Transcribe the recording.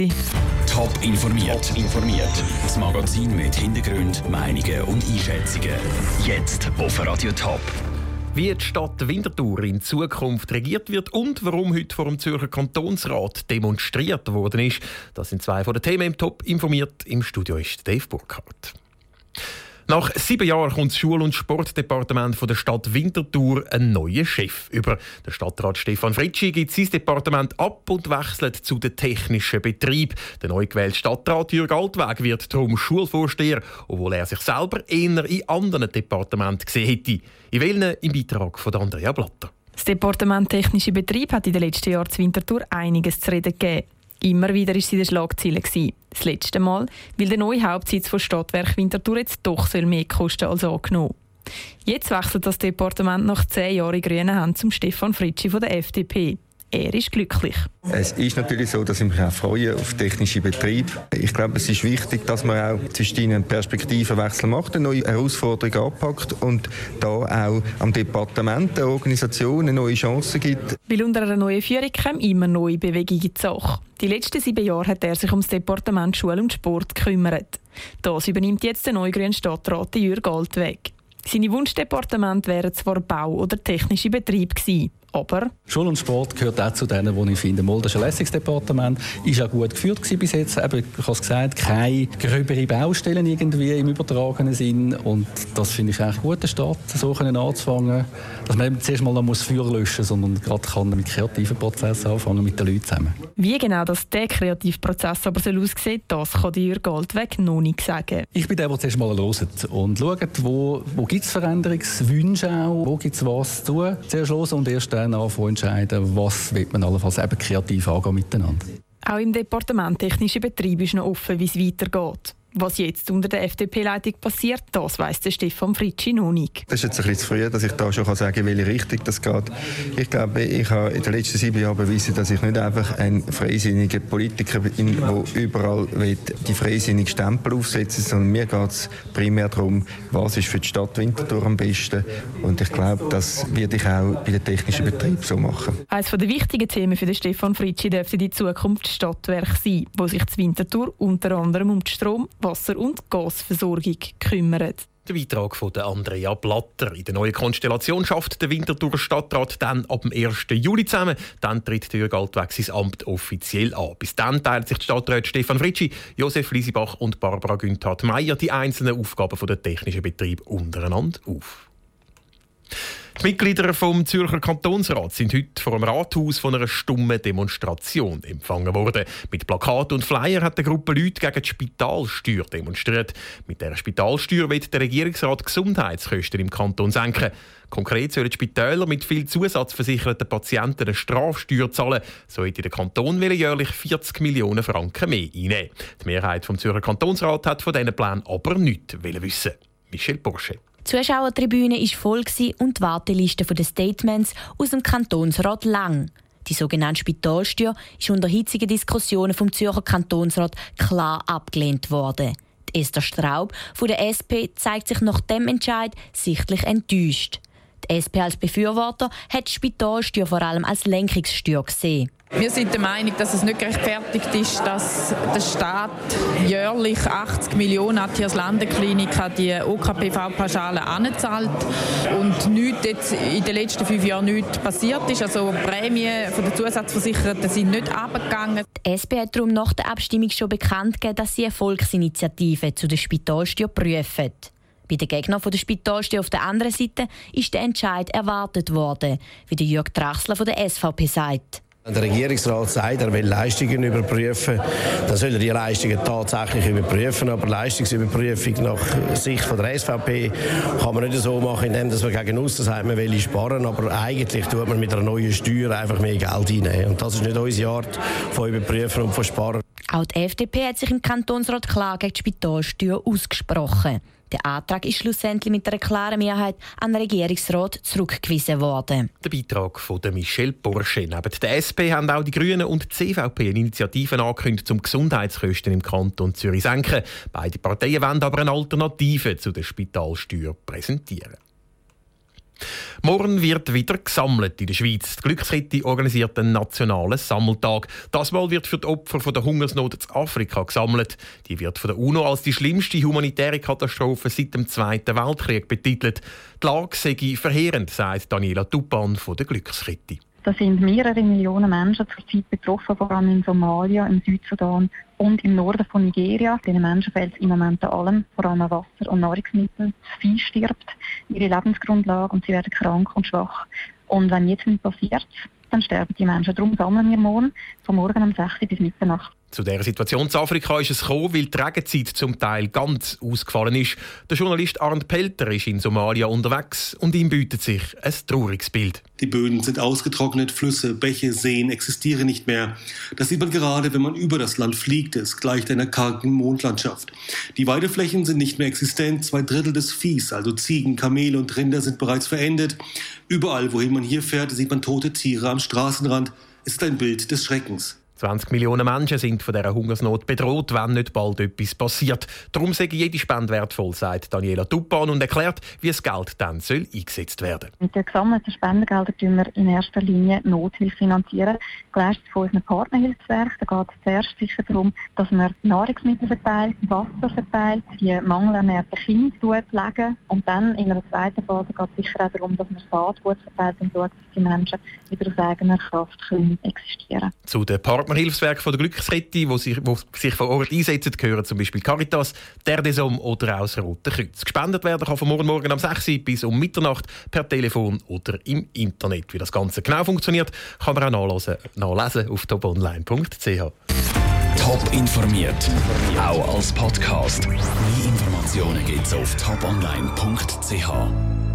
Top informiert. Das Magazin mit Hintergrund, Meinungen und Einschätzungen. Jetzt auf Radio Top. Wie die Stadt Winterthur in Zukunft regiert wird und warum heute vor dem Zürcher Kantonsrat demonstriert worden ist, das sind zwei von den Themen im Top informiert. Im Studio ist Dave Burkhardt. Nach 7 Jahren kommt das Schul- und Sportdepartement der Stadt Winterthur einen neuen Chef über. Der Stadtrat Stefan Fritschi gibt sein Departement ab und wechselt zu den technischen Betrieb. Der neu gewählte Stadtrat Jürg Altweg wird darum Schulvorsteher, obwohl er sich selber eher in anderen Departementen gesehen hätte. In welchen? Im Beitrag von Andrea Blatter. Das Departement Technische Betrieb hat in den letzten Jahren zu Winterthur einiges zu reden gegeben. Immer wieder war sie in den Schlagzeilen. Das letzte Mal, weil der neue Hauptsitz von Stadtwerk Winterthur jetzt doch mehr kosten als angenommen. Jetzt wechselt das Departement nach 10 Jahren in grünen Händen zum Stefan Fritschi von der FDP. Er ist glücklich. Es ist natürlich so, dass ich mich auch freue auf technische Betrieb. Ich glaube, es ist wichtig, dass man auch zwischen ihnen einen Perspektivenwechsel macht, eine neue Herausforderung anpackt und da auch am Departement, der Organisation eine neue Chance gibt. Weil unter einer neuen Führung kommen immer neue Bewegungen in die Sache. Die letzten 7 Jahre hat er sich um das Departement Schule und Sport gekümmert. Das übernimmt jetzt der neue grüne Stadtrat Jürg Altweg. Seine Wunschdepartemente wären zwar Bau- oder technische Betrieb gewesen. Aber Schule und Sport gehört auch zu denen, wo ich finde, das ist ein lässiges Departement, ist auch gut geführt bis jetzt. Eben, ich habe es gesagt, keine gröbere Baustellen irgendwie im übertragenen Sinn. Und das finde ich eigentlich eine gute Start, so anzufangen, dass man eben zuerst mal noch Feuer löschen muss, sondern gerade kann mit kreativen Prozessen anfangen, mit den Leuten zusammen. Wie genau der kreative Prozess aber aussieht, das kann Jürg Altweg noch nicht sagen. Ich bin der zuerst mal hört und schaut, wo gibt es Veränderungswünsche auch, wo gibt es was zu tun. Zuerst hören und erst dann entscheiden, was wird man allenfalls eben kreativ angehen miteinander. Auch im Departement Technische Betrieb ist noch offen, wie es weitergeht. Was jetzt unter der FDP-Leitung passiert, das weiss der Stefan Fritschi noch nicht. Das ist jetzt ein bisschen zu früh, dass ich da schon sagen kann, in welche Richtung das geht. Ich glaube, ich habe in den letzten 7 Jahren bewiesen, dass ich nicht einfach ein freisinniger Politiker bin, der überall die freisinnigen Stempel aufsetzen will, sondern mir geht es primär darum, was ist für die Stadt Winterthur am besten. Und ich glaube, das werde ich auch bei den technischen Betrieben so machen. Eines der wichtigen Themen für den Stefan Fritschi dürfte die Zukunft Stadtwerk sein, wo sich die Winterthur unter anderem um die Strom-, Wasser- und Gasversorgung kümmert. Der Beitrag von Andrea Blatter. In der neuen Konstellation schafft der Winterthurer Stadtrat dann ab dem 1. Juli zusammen. Dann tritt Jürg Altweg sein Amt offiziell an. Bis dann teilen sich die Stadträte Stefan Fritschi, Josef Liesibach und Barbara Günthard-Meyer die einzelnen Aufgaben der technischen Betriebe untereinander auf. Die Mitglieder vom Zürcher Kantonsrat sind heute vor dem Rathaus von einer stummen Demonstration empfangen worden. Mit Plakaten und Flyer hat eine Gruppe Leute gegen die Spitalsteuer demonstriert. Mit dieser Spitalsteuer will der Regierungsrat Gesundheitskosten im Kanton senken. Konkret sollen die Spitäler mit viel zusatzversicherten Patienten eine Strafsteuer zahlen. So hätte der Kanton jährlich 40 Millionen Franken mehr einnehmen. Die Mehrheit vom Zürcher Kantonsrat hat von diesen Plänen aber nichts wissen. Michel Porsche. Die Zuschauertribüne war voll und die Warteliste der Statements aus dem Kantonsrat lang. Die sogenannte Spitalsteuer ist unter hitzigen Diskussionen vom Zürcher Kantonsrat klar abgelehnt worden. Die Esther Straub von der SP zeigt sich nach dem Entscheid sichtlich enttäuscht. Die SP als Befürworter hat die Spitalsteuer vor allem als Lenkungssteuer gesehen. Wir sind der Meinung, dass es nicht gerechtfertigt ist, dass der Staat jährlich 80 Millionen an die Landesklinik an die OKPV-Pauschale anzahlt und nichts jetzt in den letzten 5 Jahren nichts passiert ist. Also die Prämien der Zusatzversicherten sind nicht runtergegangen. Die SP hat darum nach der Abstimmung schon bekannt gegeben, dass sie eine Volksinitiative zu der Spitalsteuer prüfen. Bei den Gegnern der Spitalsteuer auf der anderen Seite ist der Entscheid erwartet worden, wie der Jürg Trachsler von der SVP sagt. Wenn der Regierungsrat sagt, er will Leistungen überprüfen, dann soll er die Leistungen tatsächlich überprüfen. Aber Leistungsüberprüfung nach Sicht von der SVP kann man nicht so machen, indem man gegen aussen sagt, man will sparen. Aber eigentlich tut man mit einer neuen Steuer einfach mehr Geld einnehmen. Und das ist nicht unsere Art von Überprüfen und von Sparen. Auch die FDP hat sich im Kantonsrat klar gegen die Spitalsteuer ausgesprochen. Der Antrag ist schlussendlich mit einer klaren Mehrheit an den Regierungsrat zurückgewiesen worden. Der Beitrag von Michel Porsche. Neben der SP haben auch die Grünen und die CVP Initiativen angekündigt, um Gesundheitskosten im Kanton Zürich zu senken. Beide Parteien wollen aber eine Alternative zu der Spitalsteuer präsentieren. Morgen wird wieder gesammelt in der Schweiz. Die Glückskette organisiert einen nationalen Sammeltag. Das Mal wird für die Opfer der Hungersnot in Afrika gesammelt. Die wird von der UNO als die schlimmste humanitäre Katastrophe seit dem Zweiten Weltkrieg betitelt. Die Lage sei verheerend, sagt Daniela Tupan von der Glückskette. Da sind mehrere Millionen Menschen zurzeit betroffen, vor allem in Somalia, im Südsudan und im Norden von Nigeria. Diesen Menschen fehlt im Moment an allem, vor allem an Wasser und Nahrungsmitteln. Das Vieh stirbt, ihre Lebensgrundlage, und sie werden krank und schwach. Und wenn jetzt nichts passiert, dann sterben die Menschen. Darum sammeln wir morgen, von morgen um 6 Uhr bis Mitternacht. Zu dieser Situation in Afrika ist es gekommen, weil die Regenzeit zum Teil ganz ausgefallen ist. Der Journalist Arndt Pelter ist in Somalia unterwegs und ihm bietet sich ein trauriges Bild. Die Böden sind ausgetrocknet, Flüsse, Bäche, Seen existieren nicht mehr. Das sieht man gerade, wenn man über das Land fliegt. Es gleicht einer kargen Mondlandschaft. Die Weideflächen sind nicht mehr existent. 2/3 des Viehs, also Ziegen, Kamele und Rinder, sind bereits verendet. Überall, wohin man hier fährt, sieht man tote Tiere am Straßenrand. Es ist ein Bild des Schreckens. 20 Millionen Menschen sind von dieser Hungersnot bedroht, wenn nicht bald etwas passiert. Darum sei jede Spende wertvoll, sagt Daniela Tupan und erklärt, wie das Geld dann soll eingesetzt werden soll. Mit den gesammelten Spendengeldern finanzieren wir in erster Linie Nothilfe finanzieren, geleistet von unseren Partnerhilfswerken. Da geht es zuerst sicher darum, dass man Nahrungsmittel verteilt, Wasser verteilt, die mangelernährten Kinder pflegen. Und dann in einer zweiten Phase geht es sicher auch darum, dass man Saatgut verteilt und schaut, dass die Menschen wieder aus eigener Kraft existieren können. Zu den Partnerhilfswerken der Glückskette, die sich vor Ort einsetzen, gehören zum Beispiel Caritas, Terre des Hommes oder auch das Rote Kreuz. Gespendet werden kann von morgen um 6 Uhr bis um Mitternacht per Telefon oder im Internet. Wie das Ganze genau funktioniert, kann man auch nachlesen auf toponline.ch. Top informiert, auch als Podcast. Mehr Informationen gibt's auf toponline.ch.